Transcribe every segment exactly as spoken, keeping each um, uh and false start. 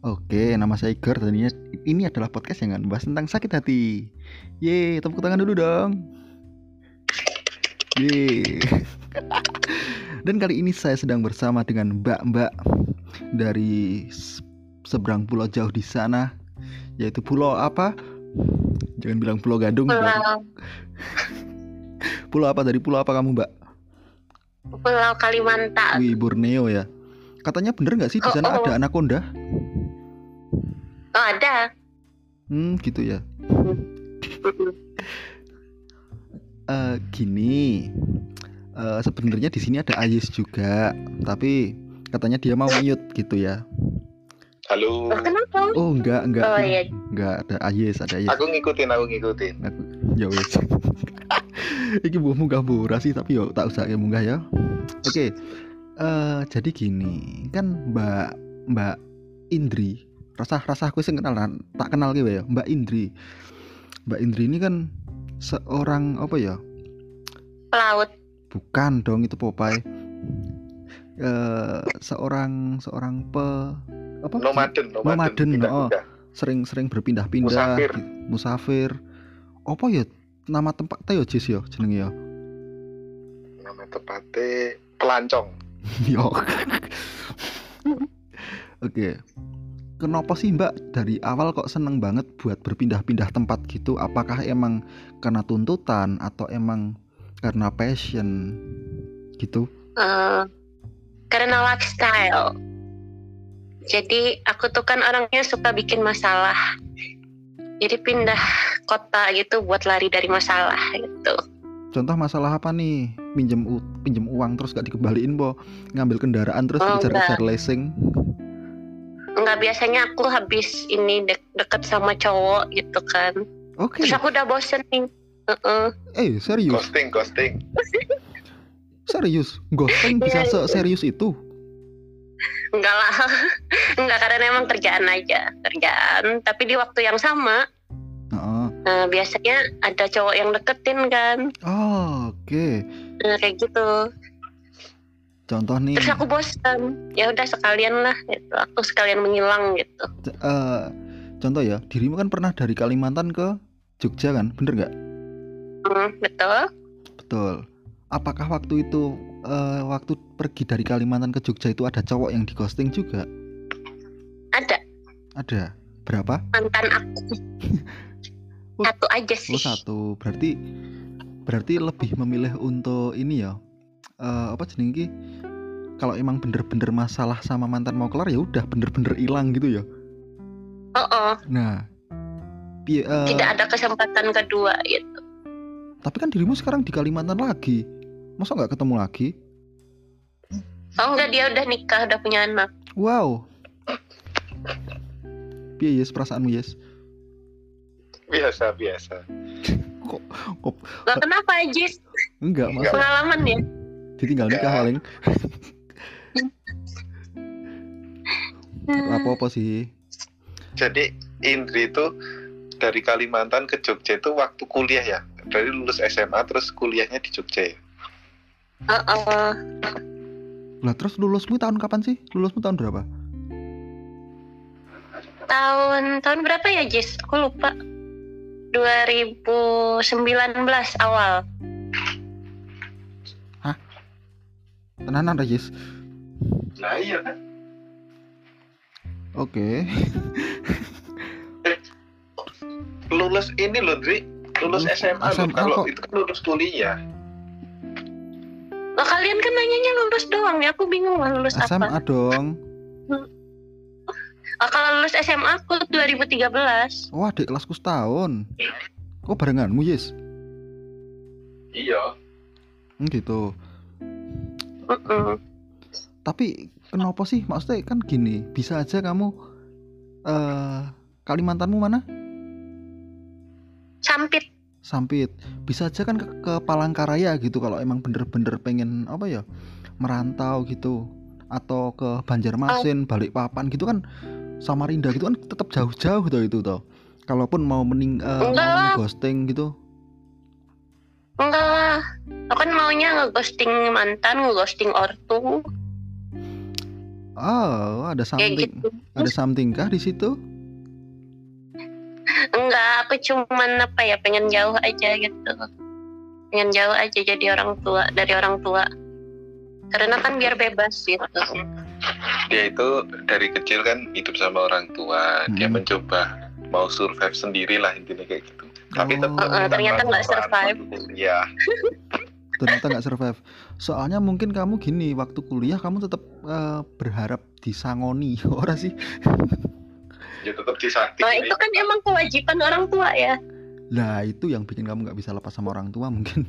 Oke, nama saya Igor dan ini, ini adalah podcast yang akan membahas tentang sakit hati. Yeay, tepuk tangan dulu dong. Yeay. Dan kali ini saya sedang bersama dengan mbak-mbak dari seberang pulau jauh di sana, yaitu pulau apa? Jangan bilang Pulau Gadung. Pulau. Pulau apa? Dari pulau apa kamu, mbak? Pulau Kalimantan. Wih, Borneo ya. Katanya bener nggak sih di sana oh, oh. ada anaconda? Oh, ada. Hmm, gitu ya. uh, gini, uh, sebenarnya di sini ada Ayes juga, tapi katanya dia mau mute gitu ya. Halo. Oh, kenapa? Oh, enggak, enggak. Oh, iya. Enggak ada Ayes, ada Ayes. Aku ngikutin, aku ngikutin. Aku, ya wes. Iki bu munggah murah sih, tapi yo tak usah ya munggah ya. Oke. Okay. Uh, jadi gini, kan Mbak Mbak Indri, rasa-rasa aku sih kenal, tak kenal gitu ya, Mbak Indri. Mbak Indri ini kan seorang apa ya? Pelaut. Bukan dong, itu Popeye. Uh, seorang seorang pe apa? Nomaden, nomaden, oh, sering-sering berpindah-pindah, musafir. Musafir. Apa ya nama tempatnya ya Jis ya jenenge ya? Nama tempatnya Pelancong. Yo. Oke. Kenapa sih Mbak dari awal kok seneng banget buat berpindah-pindah tempat gitu? Apakah emang karena tuntutan atau emang karena passion gitu? Uh, karena lifestyle. Jadi aku tuh kan orangnya suka bikin masalah. Jadi pindah kota gitu buat lari dari masalah gitu. Contoh masalah apa nih? Pinjem u- pinjem uang terus gak dikembaliin, po? Ngambil kendaraan terus oh, kejar-kejar leasing? Enggak, biasanya aku habis ini de- deket sama cowok gitu kan. Oke. Okay. Terus aku udah bosen nih. Uh-uh. Eh serius? Ghosting, ghosting. Serius? Ghosting bisa se-serius itu? Enggak lah. Enggak, karena emang kerjaan aja. Kerjaan, tapi di waktu yang sama. Uh-uh. Nah, biasanya ada cowok yang deketin kan. Oh, oke. Okay. Nah, kayak gitu. Contoh nih. Terus aku bosan. Ya udah sekalian lah gitu. Aku sekalian menghilang gitu. Uh, contoh ya, dirimu kan pernah dari Kalimantan ke Jogja kan? Bener nggak? Hmm, betul. Betul. Apakah waktu itu uh, waktu pergi dari Kalimantan ke Jogja itu ada cowok yang di ghosting juga? Ada. Ada. Berapa? Mantan aku. Satu aja sih. Oh, satu. Berarti berarti lebih memilih untuk ini ya. Uh, apa jenenge? Kalau emang bener-bener masalah sama mantan mau kelar ya udah bener-bener hilang gitu ya. Oh, oh. Nah, pi- uh, tidak ada kesempatan kedua gitu. Tapi kan dirimu sekarang di Kalimantan lagi. Masa nggak ketemu lagi? Oh enggak, dia udah nikah, udah punya anak. Wow. Piye yes perasaanmu yes? Biasa biasa. kok kok Gak kenapa Jis? Enggak, masa pengalaman ya? Ditinggal nikah paling. Apa-apa sih? Jadi Indri itu dari Kalimantan ke Jogja itu waktu kuliah ya? Dari lulus S M A terus kuliahnya di Jogja ya? Uh-uh. Lah terus lulusmu tahun kapan sih? Lulusmu tahun berapa? Tahun tahun berapa ya Jis? Aku lupa. dua ribu sembilan belas awal. Hah? Tenanan ya Jis? Nah iya kan? Oke. eh, lulus ini loh Dri, lulus S M A, S M A kalau kok. itu kan lulus kuliah. Loh, kalian kan nanyanya lulus doang ya, aku bingung lah lulus S M A apa. dong. Oh, kalau lulus S M A aku dua ribu tiga belas. Wah, adik kelasku setahun. Kok barenganmu Yes? Iya. Hmm, gitu. Uh-uh. Tapi kenapa sih? Maksudnya kan gini, bisa aja kamu uh, Kalimantanmu mana? Sampit. Sampit. Bisa aja kan ke, ke Palangkaraya gitu kalau emang bener-bener pengen apa ya? Merantau gitu. Atau ke Banjarmasin, oh. Balikpapan gitu kan, Samarinda gitu kan tetap jauh-jauh tuh itu toh. Kalaupun mau mening uh, mau ghosting gitu. Enggak lah. Aku kan maunya nge-ghosting mantan, nge-ghosting ortu. Oh, ada kayak something, gitu. ada something kah di situ? Enggak, aku cuman apa ya, pengen jauh aja gitu. Pengen jauh aja jadi orang tua, dari orang tua. Karena kan biar bebas gitu. Dia itu dari kecil kan hidup sama orang tua, dia Hmm. mencoba mau survive sendiri lah intinya kayak gitu. Tapi Oh. tetap Eh, ternyata tetap nggak survive. waktu kuliah. Ternyata nggak survive. Soalnya mungkin kamu gini, waktu kuliah kamu tetap eh, berharap disangoni, orang sih. Ya tetap disakti. Nah itu kan emang kewajiban orang tua ya. Lah itu yang bikin kamu nggak bisa lepas sama orang tua mungkin.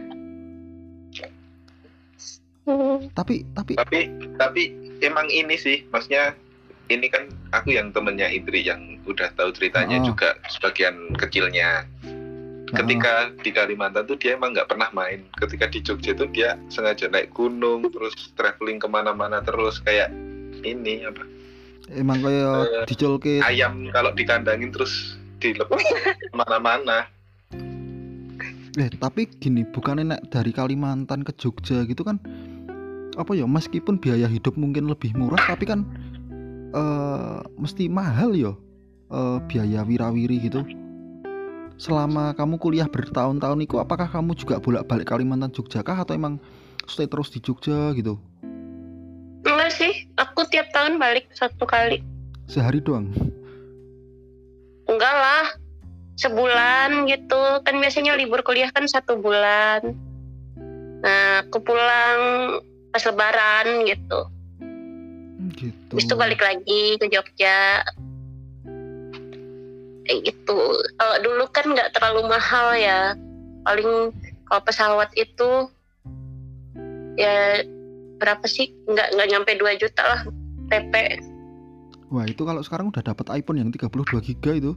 Hmm. tapi tapi Tapi tapi emang ini sih, maksudnya ini kan aku yang temennya Indri yang udah tahu ceritanya Oh. juga sebagian kecilnya. Ketika di Kalimantan tuh dia emang nggak pernah main. Ketika di Jogja tuh dia sengaja naik gunung, terus traveling kemana-mana terus kayak ini apa? emang kayak Eh, dicolke. Ayam kalau dikandangin terus dilepas kemana-mana. Eh tapi gini, bukannya nek dari Kalimantan ke Jogja gitu kan, apa ya, meskipun biaya hidup mungkin lebih murah tapi kan eh mesti mahal yo, eh, biaya wirawiri gitu. Selama kamu kuliah bertahun-tahun itu, apakah kamu juga bolak-balik Kalimantan Jogja kah atau emang stay terus di Jogja gitu? Enggak sih, aku tiap tahun balik satu kali. Sehari doang. Enggak lah, sebulan gitu. Kan biasanya libur kuliah kan satu bulan. Nah, aku pulang pas lebaran gitu. Gitu. Terus tuh balik lagi ke Jogja. Kayak gitu. Kalau dulu kan nggak terlalu mahal ya. Paling kalau pesawat itu ya berapa sih? Nggak nggak nyampe dua juta lah T P. Wah itu kalau sekarang udah dapat iPhone yang tiga puluh dua giga itu.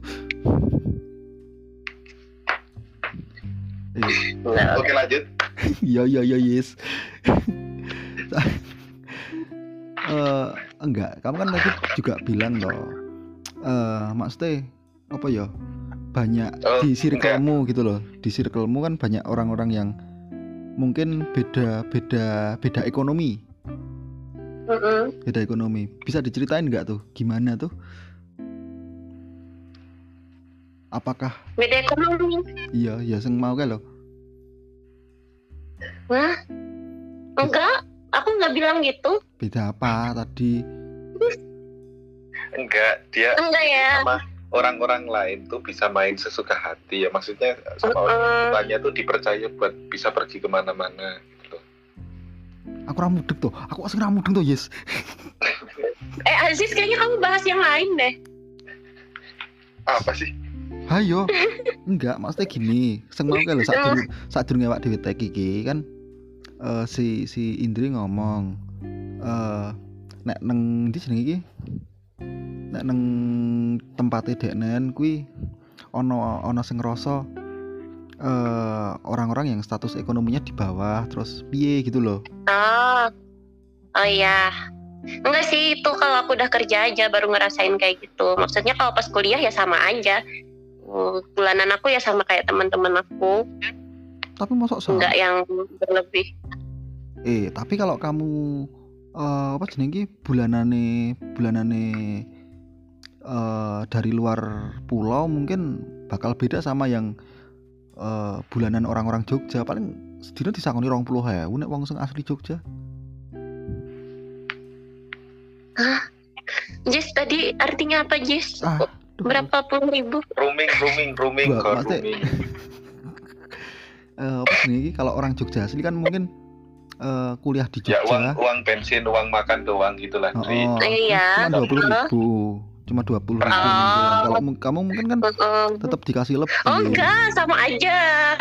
Eh, Nggak. Oke lanjut. Iya iya iya yes. Eh, enggak, kamu kan tadi juga bilang loh. Eh, maksudnya apa ya? Banyak Oh, di circlemu gitu loh. Di circlemu kan banyak orang-orang yang mungkin beda beda beda ekonomi. Mm-mm. Beda ekonomi. Bisa diceritain nggak tuh? Gimana tuh? Apakah Beda ekonomi. iya ya sing mau kayak lo? Hah? Enggak, aku nggak bilang gitu. Beda apa tadi? Enggak, dia Enggak ya. sama orang-orang lain tuh bisa main sesuka hati ya. Maksudnya sama orang Mm-mm. tuanya tuh dipercaya buat bisa pergi kemana-mana gitu. Aku ramudek tuh. Aku asli ramudek tuh, yes. Eh Aziz, kayaknya kamu bahas yang lain deh. Apa sih? Hayo. Enggak, maksudnya gini. Sing mau kayak lo saat dulu saat dulu ngewak dhewe tek iki kan eh, si si Indri ngomong eh nek neng di jeneng iki nek neng tempate deknen kuwi ono ono sing ngrasa eh orang-orang yang status ekonominya di bawah terus piye gitu loh. Oh, oh iya. Enggak sih, itu kalau aku udah kerja aja baru ngerasain kayak gitu. Maksudnya kalau pas kuliah ya sama aja. Hmm, Bulanan aku ya sama kayak teman-teman aku, Tapi masuk sama. enggak yang berlebih. Eh, tapi kalau kamu eh, apa jeneng iki bulanane bulanane eh, dari luar pulau mungkin bakal beda sama yang eh, bulanan orang-orang Jogja. Paling sedina disakoni rong puluh ewu nek wong sing asli Jogja. Jis, tadi artinya apa Jis? Ah, duh. Berapa puluh ribu? Rooming, rooming, rooming, Wah, kok maksudnya- rooming. Eh, apa jeneng iki kalau orang Jogja asli kan mungkin eh, kuliah di Ya uang, Jogja. uang bensin, uang makan doang gitulah. Oh, Dri. oh, Iya. cuma dua puluh ribu. Cuma dua puluh ribu. Oh. mungkin. Kalau mu- kamu mungkin kan Mm-mm. tetap dikasih lebih. Oh enggak, sama aja.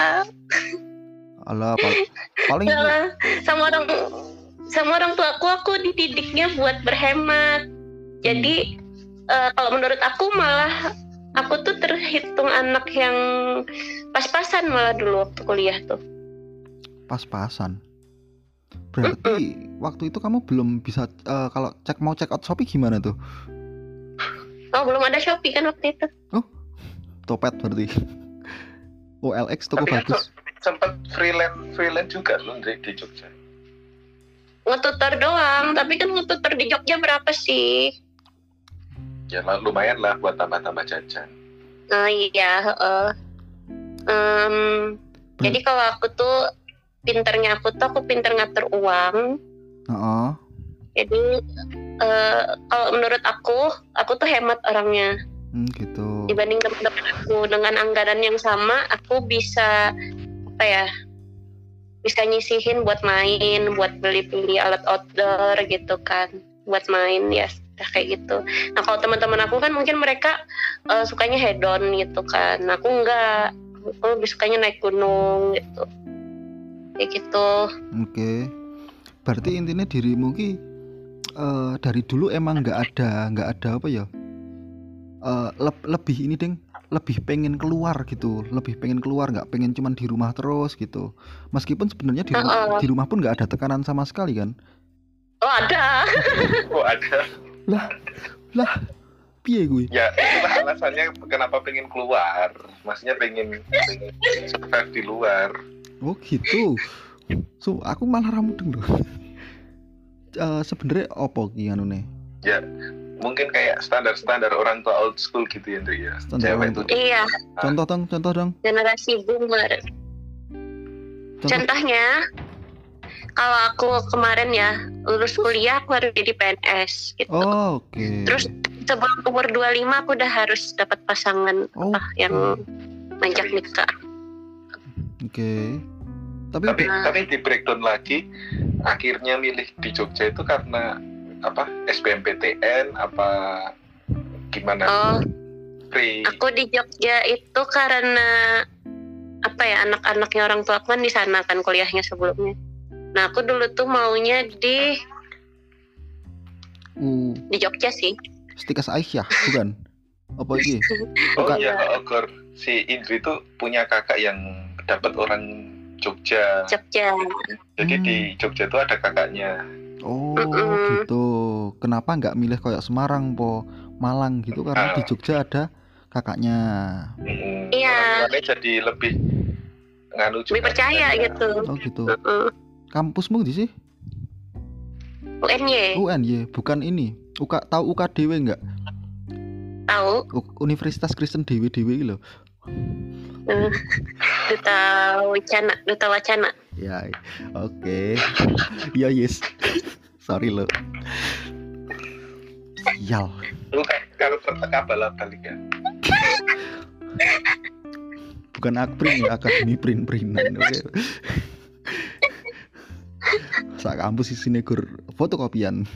Alah, pal- paling Enggak, sama orang sama orang tuaku aku dididiknya buat berhemat. Jadi eh, kalau menurut aku malah aku tuh terhitung anak yang pas-pasan malah dulu waktu kuliah tuh. pas-pasan. Berarti waktu itu kamu belum bisa eh, kalau cek mau check out Shopee gimana tuh? Oh belum ada Shopee kan waktu itu. Topet berarti. O L X toko Tapi kan bagus. sempat freelance, freelance juga loh Dri, di Jogja. ngetutor doang, tapi kan ngetutor di Jogja berapa sih? Ya lah, lumayan lah buat tambah-tambah jajan. Oh iya, heeh. Em, jadi kalau aku tuh pinternya aku tuh aku pinter ngatur uang. Heeh. Jadi eh, kalau menurut aku, aku tuh hemat orangnya. Hmm, gitu. Dibanding teman-teman aku dengan anggaran yang sama, aku bisa apa ya? Bisa nyisihin buat main, buat beli-beli alat outdoor gitu kan, buat main ya kayak gitu. Nah kalau teman-teman aku kan mungkin mereka uh, sukanya hedon gitu kan, aku enggak, aku lebih sukanya naik gunung gitu, kayak gitu. Oke. Berarti intinya dirimu ki uh, dari dulu emang nggak ada nggak ada apa ya? Uh, le- lebih ini deng, lebih pengen keluar gitu, lebih pengen keluar, nggak pengen cuman di rumah terus gitu. Meskipun sebenarnya di rumah, Uh-uh. di rumah pun nggak ada tekanan sama sekali kan? Oh ada. Oh ada. Lah, lah, piye gue? Ya itulah alasannya kenapa pengen keluar. Maksudnya pengen, pengen survive di luar. Oh gitu. So aku malah ramudeng loh. uh, Sebenarnya opo ki anune? Ya mungkin kayak standar-standar orang tua old school gitu ya Ndri ya. Standar Cewek orang itu tua. Iya, Contoh dong, contoh dong. generasi boomer. Contoh. Contohnya, kalau aku kemarin ya lulus kuliah aku harus jadi P N S gitu. Oh, oke. Okay. Terus sebelum umur dua puluh lima aku udah harus dapat pasangan Oh, apa yang ngajak nikah. Oke. Okay. Tapi Tapi Nah. tapi di breakdown lagi, akhirnya milih di Jogja itu karena apa? S B M P T N apa gimana? Oh, Free. aku di Jogja itu karena apa ya, anak-anaknya orang tua kan di sana kan kuliahnya sebelumnya. Nah aku dulu tuh maunya di uh, di Jogja sih. Stikas Aisyah, bukan? Apa iki? Oh Bukan. iya, Kak Ogor. Si Indri itu punya kakak yang dapat orang Jogja. Jogja. Jadi Hmm. di Jogja itu ada kakaknya. Oh, Mm-mm. gitu. Kenapa nggak milih kayak Semarang, po Malang gitu? Karena di Jogja ada kakaknya. Hmm, Iya. orang tuanya jadi lebih nganu juga. Lebih percaya gitu. Oh, gitu. Uh-uh. Kampusmu di sih? U N Y U N Y, bukan ini. U K, tahu U K D W nggak? tahu. U- Universitas Kristen D W D W gitu loh. Uh, Duta Wacana, Duta Wacana. Ya, oke. Ya, yes. Sorry lo. Sial. Lu kayak kalau tertekan balik ya. Bukan akprin ya, akademi print-printan. Oke. Sak kampus isi negur fotokopian.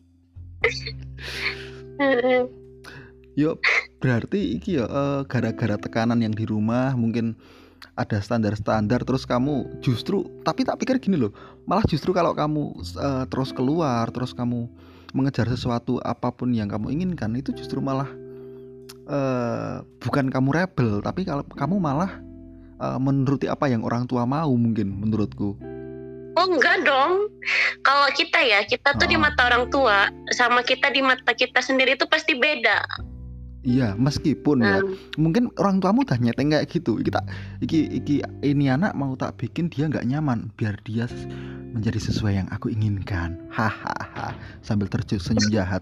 Yo, berarti iki ya eh, gara-gara tekanan yang di rumah mungkin ada standar-standar terus kamu justru, tapi tak pikir gini loh, malah justru kalau kamu eh, terus keluar terus kamu mengejar sesuatu apapun yang kamu inginkan itu justru malah eh, bukan kamu rebel, tapi kalau kamu malah eh, menuruti apa yang orang tua mau mungkin menurutku. Oh enggak dong. Kalau kita ya, kita tuh di Oh. mata orang tua sama kita di mata kita sendiri itu pasti beda. Iya, meskipun ya Hmm. mungkin orang tuamu udah nyeteng kayak gitu. Iki tak, iki iki ini anak mau tak bikin dia nggak nyaman biar dia s- menjadi sesuai yang aku inginkan. Hahaha. Sambil tersenyum jahat.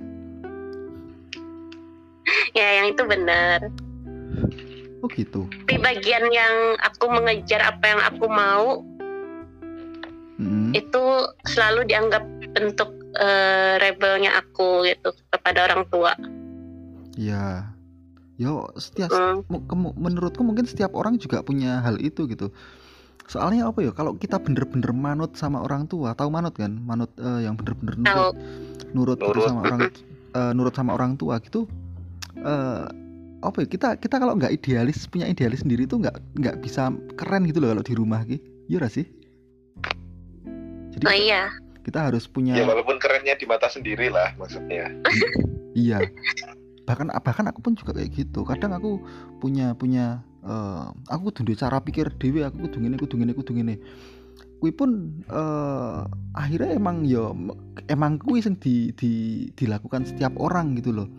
Ya yang itu benar. Oh gitu. Tapi bagian yang aku mengejar apa yang aku mau Mm. itu selalu dianggap bentuk eh, rebelnya aku gitu kepada orang tua. Ya. Yo, setiap Hmm. mu- kemu- menurutku mungkin setiap orang juga punya hal itu gitu. Soalnya apa ya? Kalau kita bener-bener manut sama orang tua, tahu manut kan? Manut eh, yang bener-bener Tahu. nurut, nurut gitu Nurut. sama orang, eh, nurut sama orang tua gitu. Eh, apa ya? Kita kita kalau nggak idealis, punya idealis sendiri tuh nggak nggak bisa keren gitu loh kalau di rumah ki. Iya nggak sih? Jadi Oh iya. kita harus punya. Ya walaupun kerennya di mata sendiri lah maksudnya. Iya. Bahkan bahkan aku pun juga kayak gitu. Kadang aku punya punya eh, aku kudu duwe cara pikir dhewe, aku kudu ngene kudu ngene kudu ngene. Kuwi pun eh, akhirnya emang ya m- emang kuwi sing di, di dilakukan setiap orang gitu loh.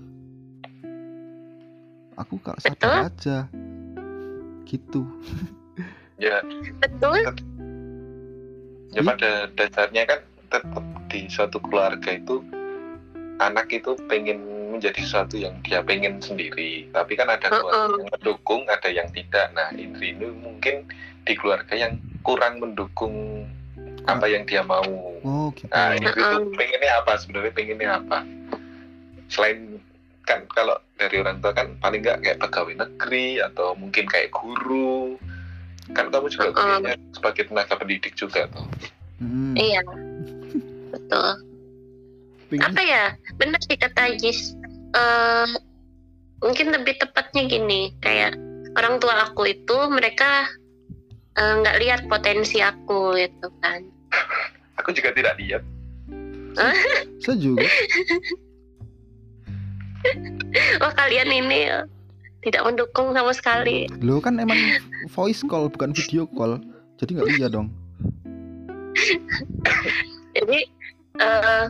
Aku kalau sadar aja gitu. Ya, Betul. ya Iya. pada dasarnya kan tetap di suatu keluarga itu anak itu pengen menjadi sesuatu yang dia pengen sendiri, tapi kan ada keluarga Uh-uh. yang mendukung, ada yang tidak. Nah, Indri ini mungkin di keluarga yang kurang mendukung apa yang dia mau. Oh gitu. Nah, Indri itu Uh-uh. pengennya apa sebenarnya, pengennya apa? Selain kan kalau dari orang tua kan paling nggak kayak pegawai negeri atau mungkin kayak guru. Kan kamu juga Uh-uh. kuliahnya sebagai tenaga pendidik juga tuh. Hmm. Iya, betul. Pengen- Apa ya? Benar sih kata Jis. Eh, mungkin lebih tepatnya gini, kayak orang tua aku itu mereka eh, nggak lihat potensi aku gitu kan. Aku juga tidak lihat. Saya juga. Wah, kalian ini eh, tidak mendukung sama sekali. Lo kan emang voice call bukan video call, jadi nggak lihat dong. Jadi eh,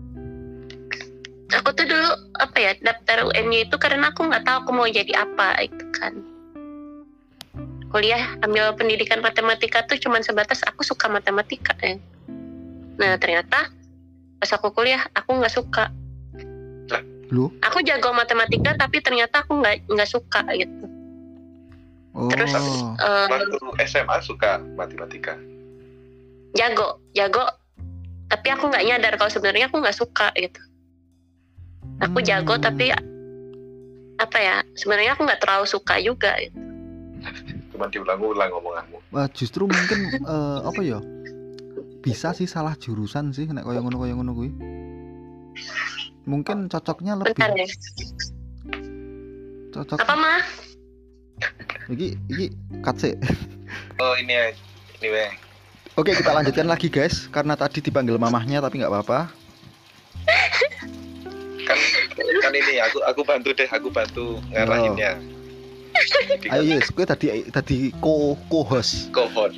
aku tuh dulu apa ya, daftar U N-nya itu karena aku nggak tahu aku mau jadi apa itu kan. Kuliah ambil pendidikan matematika tuh cuman sebatas aku suka matematika ya. Nah ternyata pas aku kuliah aku nggak suka. Loh? Aku jago matematika tapi ternyata aku nggak nggak suka gitu. Oh. Terus eh, Waktu S M A suka matematika. jago jago tapi aku nggak nyadar kalau sebenarnya aku nggak suka gitu. Aku jago Hmm. tapi apa ya, sebenarnya aku nggak terlalu suka juga gitu. Cuma diulang-ulang omonganmu. Wah, justru mungkin eh, apa ya? Bisa sih salah jurusan sih nek koyo ngono koyo ngono kuwi. Mungkin cocoknya lebih Bentar ya, cocok. apa mah? Iki iki cut sih. Oh ini ya, ini weh. Oke, kita lanjutkan lagi guys karena tadi dipanggil mamahnya tapi nggak apa-apa. Kan kan ini aku aku bantu deh, aku bantu ngarahinnya. Ayo yes, gue tadi tadi ko ko host. Kohon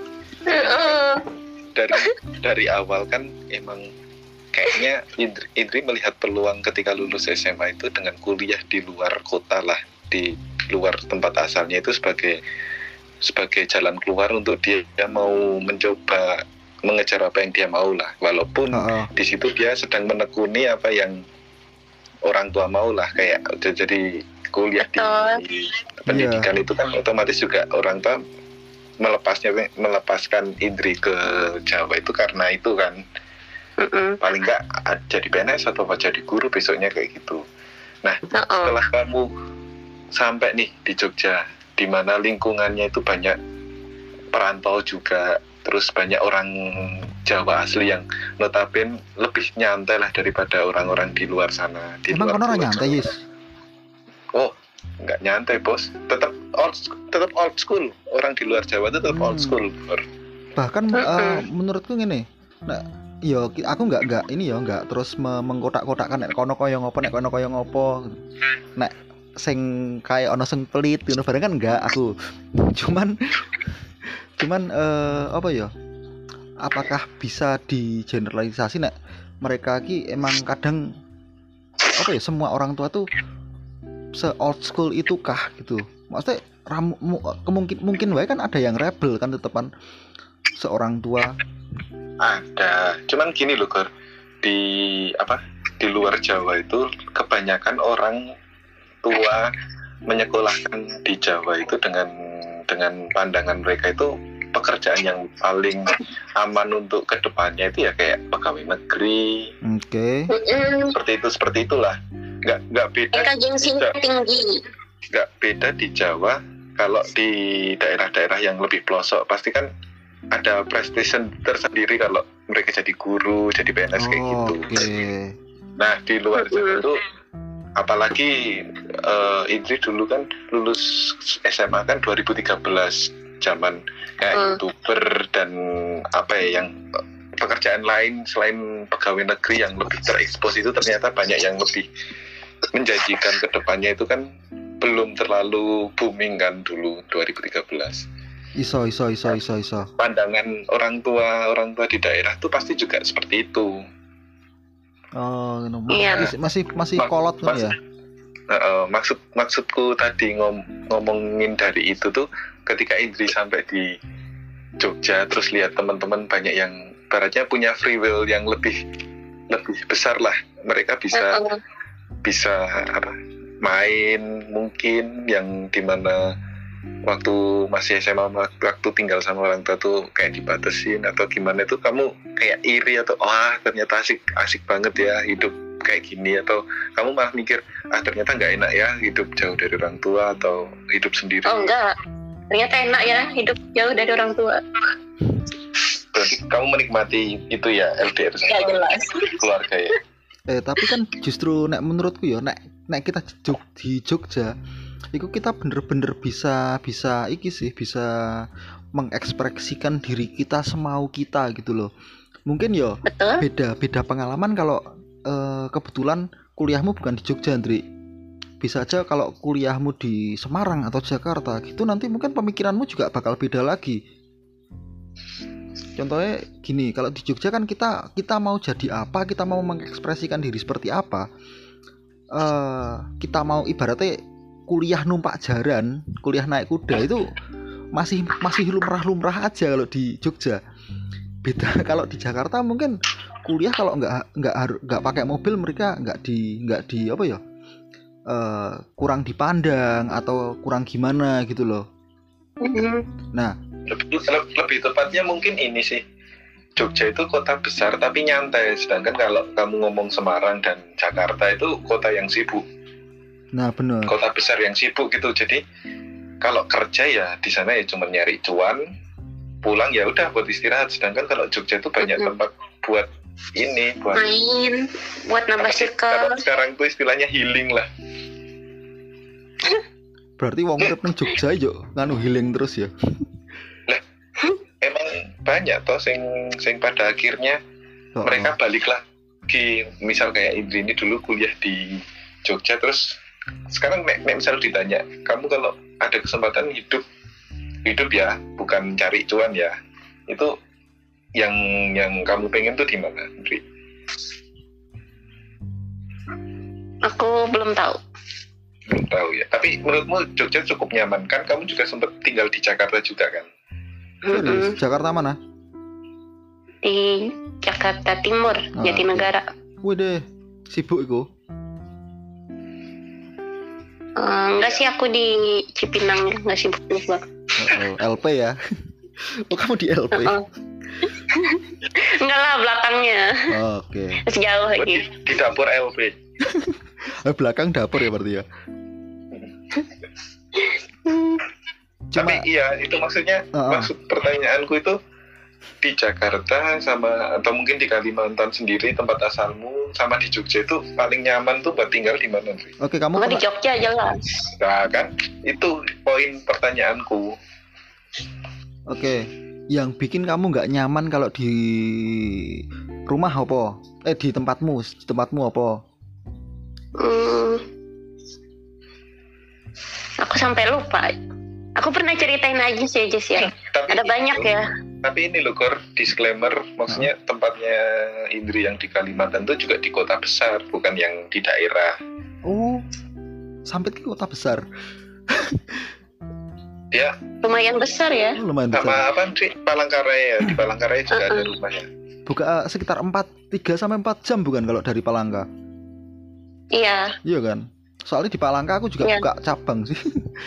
Heeh. dari dari awal kan emang kayaknya Indri, Indri melihat peluang ketika lulus S M A itu dengan kuliah di luar kota lah, di luar tempat asalnya itu sebagai sebagai jalan keluar untuk dia, dia mau mencoba mengejar apa yang dia mau lah, walaupun Heeh. di situ dia sedang menekuni apa yang orang tua mau lah, kayak jadi kuliah di, Betul. di pendidikan itu kan otomatis juga orang tua melepasnya melepaskan Indri ke Jawa itu karena itu kan Mm-mm. paling nggak ah, jadi P N S atau jadi guru besoknya kayak gitu. Nah Heeh. setelah kamu sampai nih di Jogja, di mana lingkungannya itu banyak perantau juga, terus banyak orang Jawa asli yang notabene lebih nyantai lah daripada orang-orang di luar sana. Di Emang luar kono ora Pulau nyantai, Jawa. Yis? Oh, nggak nyantai bos. Tetap old, tetap old school. Orang di luar Jawa itu tetap Hmm. old school. Bor. Bahkan Mm-mm. eh, menurutku gini. Nah, yo ki- aku nggak nggak ini ya nggak terus me- mengkotak-kotakkan nek kono koyo ngopo nek kono koyo ngopo. Nek sing kayak ono sing pelit ngono bareng kan enggak aku. Cuman cuman eh, apa ya? Apakah bisa digeneralisasi nek mereka ki emang kadang apa ya, semua orang tua tuh se old school itu kah gitu. Maksudnya ramu, mu- kemungkin mungkin wae kan ada yang rebel kan tetepan seorang tua. Ada. Cuman gini loh, Gor. Di apa? Di luar Jawa itu kebanyakan orang tua menyekolahkan di Jawa itu dengan dengan pandangan mereka itu pekerjaan yang paling aman untuk kedepannya itu ya kayak pegawai negeri, Oke. Mm-mm. seperti itu seperti itulah. Nggak nggak beda Mereka gengsinya tinggi. nggak beda di Jawa. Kalau di daerah-daerah yang lebih pelosok pasti kan ada prestation tersendiri kalau mereka jadi guru, jadi P N S kayak gitu. Oke. Nah di luar Jawa itu apalagi uh, Indri dulu kan lulus S M A kan dua ribu tiga belas, zaman kayak Hmm. YouTuber dan apa ya yang eh, pekerjaan lain selain pegawai negeri yang lebih terekspos itu ternyata banyak yang lebih menjanjikan ke depannya itu kan belum terlalu booming kan dulu dua ribu tiga belas. Iso iso iso iso iso. Pandangan orang tua orang tua di daerah tuh pasti juga seperti itu. Oh, ngono. Iya. Masih masih masih Mak- kolot ngono mas- ya. Nah, eh, maksud maksudku tadi ngom, ngomongin dari itu tuh ketika Indri sampai di Jogja terus lihat teman-teman banyak yang baratnya punya free will yang lebih lebih besar lah. Mereka bisa Uh-uh. bisa apa main mungkin yang dimana waktu masih S M A waktu tinggal sama orang tua tuh kayak dibatasin atau gimana itu kamu kayak iri atau wah ternyata asik asik banget ya hidup kayak gini, atau kamu malah mikir ah ternyata nggak enak ya hidup jauh dari orang tua atau hidup sendiri. Oh enggak, ternyata enak ya hidup jauh dari orang tua. Berarti kamu menikmati itu ya L D R Ya sama jelas. keluarga ya. Eh tapi kan justru nek menurutku ya nek nek kita di Jog- di Jogja itu kita bener-bener bisa bisa iki sih bisa mengekspresikan diri kita semau kita gitu loh. Mungkin ya Betul. beda beda pengalaman kalau eh, kebetulan kuliahmu bukan di Jogja, Andri. Bisa aja kalau kuliahmu di Semarang atau Jakarta gitu nanti mungkin pemikiranmu juga bakal beda lagi. Contohnya gini, kalau di Jogja kan kita kita mau jadi apa, kita mau mengekspresikan diri seperti apa, eh kita mau ibaratnya kuliah numpak jaran, kuliah naik kuda itu masih masih lumrah-lumrah aja kalau di Jogja. Beda kalau di Jakarta mungkin kuliah kalau nggak nggak harus nggak pakai mobil mereka nggak di nggak di apa ya eh, kurang dipandang atau kurang gimana gitu loh. Mhm. Nah Lebih, lebih tepatnya mungkin ini sih, Jogja itu kota besar tapi nyantai, sedangkan kalau kamu ngomong Semarang dan Jakarta itu kota yang sibuk, nah bener. kota besar yang sibuk gitu. Jadi kalau kerja ya di sana ya cuma nyari cuan, pulang ya udah buat istirahat. Sedangkan kalau Jogja itu banyak Mhm. tempat buat ini, buat Main, buat nambah kalau circle. sekarang tuh istilahnya healing lah. Berarti wong urip nang Jogja yo nganu healing terus ya. Emang banyak toh sing sing pada akhirnya Oh, mereka balik lagi. Misal kayak Indri ini dulu kuliah di Jogja, terus sekarang nek, nek misal ditanya kamu kalau ada kesempatan hidup hidup ya bukan cari cuan ya, itu yang yang kamu pengen tuh di mana, Indri? Aku belum tahu. Belum tahu ya, tapi menurutmu Jogja cukup nyaman kan? Kamu juga sempat tinggal di Jakarta juga kan? serius? Mhm. Jakarta mana? Di Jakarta Timur, Ah, Jatinegara. Wede, sibuk iku. Eh, enggak sih, aku di Cipinang, nggak sibuk juga. Oh, L P ya. Oh, kamu di L P. Oh. Enggak lah, belakangnya Oke. masih jauh Berarti lagi. di dapur L P. Eh, belakang dapur ya berarti ya. Cuma Tapi iya, itu maksudnya, Ah, ah. maksud pertanyaanku itu di Jakarta sama atau mungkin di Kalimantan sendiri tempat asalmu sama di Jogja itu paling nyaman tuh buat tinggal di mana, Ndri? oke kamu Enggak di pernah- Jogja jelas. Nah kan, itu poin pertanyaanku. Oke, yang bikin kamu nggak nyaman kalau di rumah apa? Eh di tempatmu, di tempatmu apa? Hmm, aku sampai lupa. Aku pernah ceritain aja sih, Jess ya. Tapi Ada ini banyak loh, ya. Tapi ini loh, Kor, disclaimer, maksudnya tempatnya Indri yang di Kalimantan itu juga di kota besar, bukan yang di daerah. Oh, sampai ke kota besar. Dia Lumayan besar ya. Oh, lumayan sama besar. apa, Ndri? Palangkaraya. Di Palangkaraya juga ada rumahnya. Buka eh, sekitar empat tiga sampai empat jam bukan kalau dari Palangka? Iya. Iya kan? Soalnya di Palangka aku juga Iya. buka cabang sih.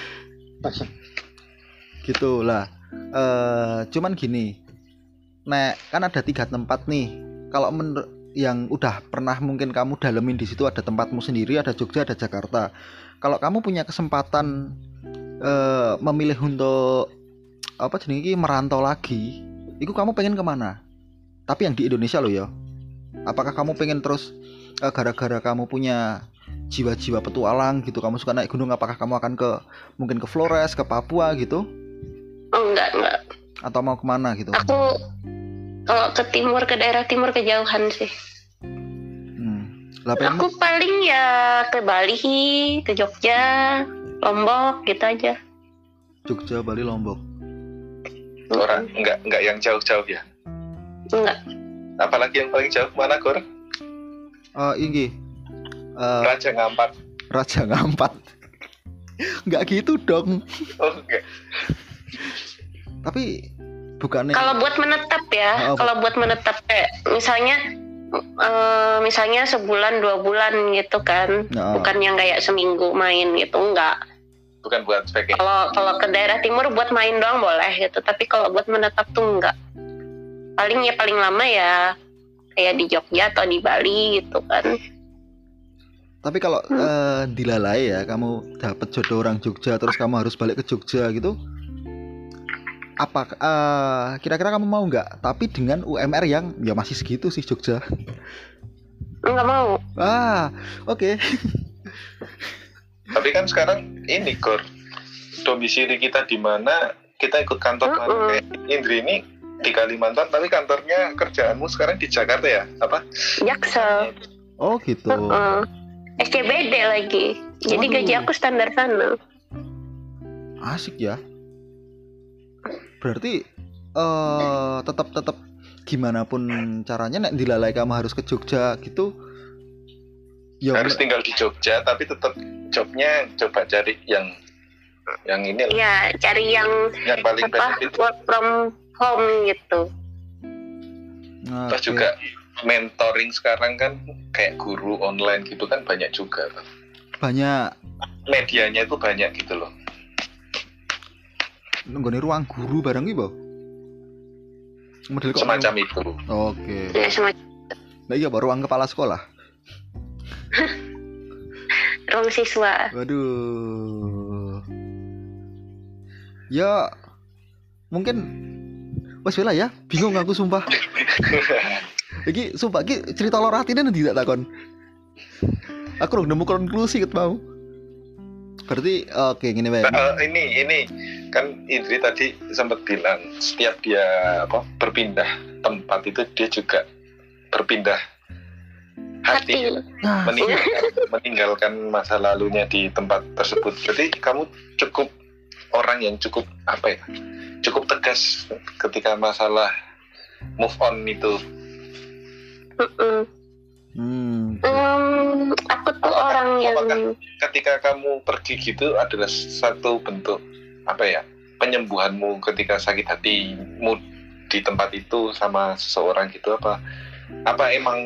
Gitu lah. Eh cuman gini. Nek kan ada tiga tempat nih. Kalau menurut yang udah pernah mungkin kamu dalemin di situ ada tempatmu sendiri, ada Jogja, ada Jakarta. Kalau kamu punya kesempatan eh memilih untuk apa jenis ini merantau lagi, itu kamu pengen kemana? Tapi yang di Indonesia loh ya. Apakah kamu pengen terus eh, gara-gara kamu punya jiwa-jiwa petualang gitu, kamu suka naik gunung, apakah kamu akan ke mungkin ke Flores, ke Papua gitu, Oh enggak, enggak. atau mau kemana gitu? Aku kalau ke timur, ke daerah timur kejauhan sih. Hmm. Lah pengen Aku paling ya ke Bali, ke Jogja, Lombok gitu aja. Jogja, Bali, Lombok. Orang enggak enggak yang jauh-jauh ya. Enggak. Apalagi yang paling jauh mana, Kor? Eh ini eh, Raja Ngampat. Raja Ngampat. Nggak gitu dong. Oh enggak. Tapi bukannya Kalau buat menetap ya, Oh, kalau buat menetap kayak misalnya eh, misalnya sebulan dua bulan gitu kan, Oh. bukan yang kayak seminggu main gitu, enggak. Bukan buat speaking. Kalau kalau ke daerah timur buat main doang boleh gitu, tapi kalau buat menetap tuh enggak. Paling ya paling lama ya kayak di Jogja atau di Bali gitu kan. tapi kalau eh, dilalai ya kamu dapat jodoh orang Jogja terus kamu harus balik ke Jogja gitu, apa eh, kira-kira kamu mau nggak? Tapi dengan U M R yang ya masih segitu sih Jogja. Enggak mau. Ah, oke. Tapi kan sekarang ini Gor, domisili kita di mana, kita ikut kantor mana. Mm-mm. Kayak Indri ini di Kalimantan, tapi kantornya kerjaanmu sekarang di Jakarta ya? Apa? Jaksel. Oh gitu. Heeh. S C B D lagi. Jadi Waduh. gaji aku standar sana. Asik ya. Berarti eh tetap tetap gimana pun caranya nek dilalai kamu harus ke Jogja gitu. Ya Harus tinggal di Jogja, tapi tetap jobnya coba cari yang yang ini lah, Ya, cari yang yang paling apa benefit. work from home gitu. Nah, Terus oke. juga mentoring sekarang kan kayak guru online gitu kan banyak juga. banyak Medianya itu banyak gitu loh. nggone ruang guru barang iki, Bo. Model kok Semacam itu. Oke. Ya semacam Nah iya, Bo, ruang kepala sekolah. ruang siswa. Waduh. Ya mungkin wes lah ya, bingung aku sumpah. Iki sumpah iki cerita lor atine nanti tak takon. Aku udah nemu konklusi ket mau. Berarti oke gini wae. Nah, eh, ini ini kan Indri tadi sempat bilang setiap dia apa berpindah tempat itu dia juga berpindah hati, Hati. Nah, meninggalkan, meninggalkan masa lalunya di tempat tersebut. Jadi kamu cukup orang yang cukup apa ya, cukup tegas ketika masalah move on itu. Mm-mm. hmm. Hmm, aku tuh orang yang Apakah ketika kamu pergi gitu adalah satu bentuk apa ya, penyembuhanmu ketika sakit hatimu di tempat itu sama seseorang gitu, apa apa emang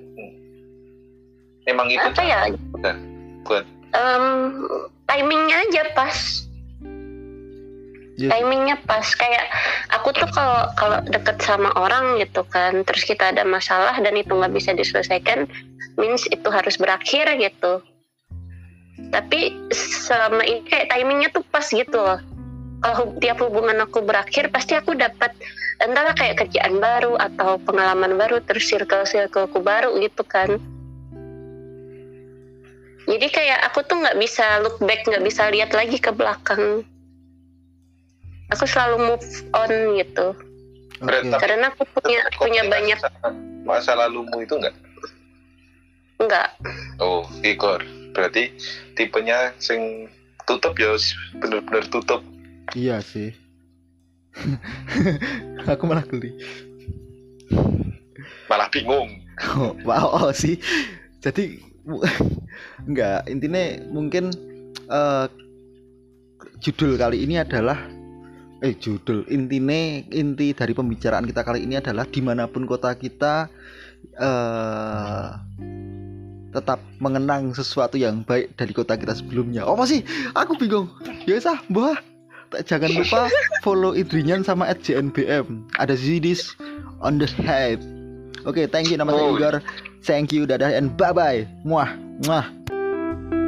emang itu apa ya? udah buat em, timingnya aja pas. Ya, Timingnya pas. Kayak aku tuh kalau kalau deket sama orang gitu kan, terus kita ada masalah dan itu nggak bisa diselesaikan, means itu harus berakhir gitu. Tapi selama ini kayak timingnya tuh pas gitu loh. Kalau tiap hubungan aku berakhir pasti aku dapat entahlah kayak kerjaan baru atau pengalaman baru, terus circle-circleku baru gitu kan. Jadi kayak aku tuh nggak bisa look back, nggak bisa lihat lagi ke belakang. Aku selalu move on gitu. oke. Karena aku punya punya komunikasi banyak sama masa lalumu itu enggak? enggak. Oh, Igor. Berarti tipenya sing tutup ya bener-bener tutup. Iya sih. Aku malah geli. Malah bingung. Oh, wow, oh, sih. Jadi mu- enggak, intinya mungkin eh, judul kali ini adalah eh judul intine inti dari pembicaraan kita kali ini adalah dimanapun kota kita eh tetap mengenang sesuatu yang baik dari kota kita sebelumnya. Oh masih, aku bingung. Ya sah, mbah. Tak- Jangan lupa follow Idrinyan sama at J N B M. Ada Zidis on the hype. Oke, thank you, nama saya Oh. Igor. Thank you, dadah and bye bye. Muah, muah.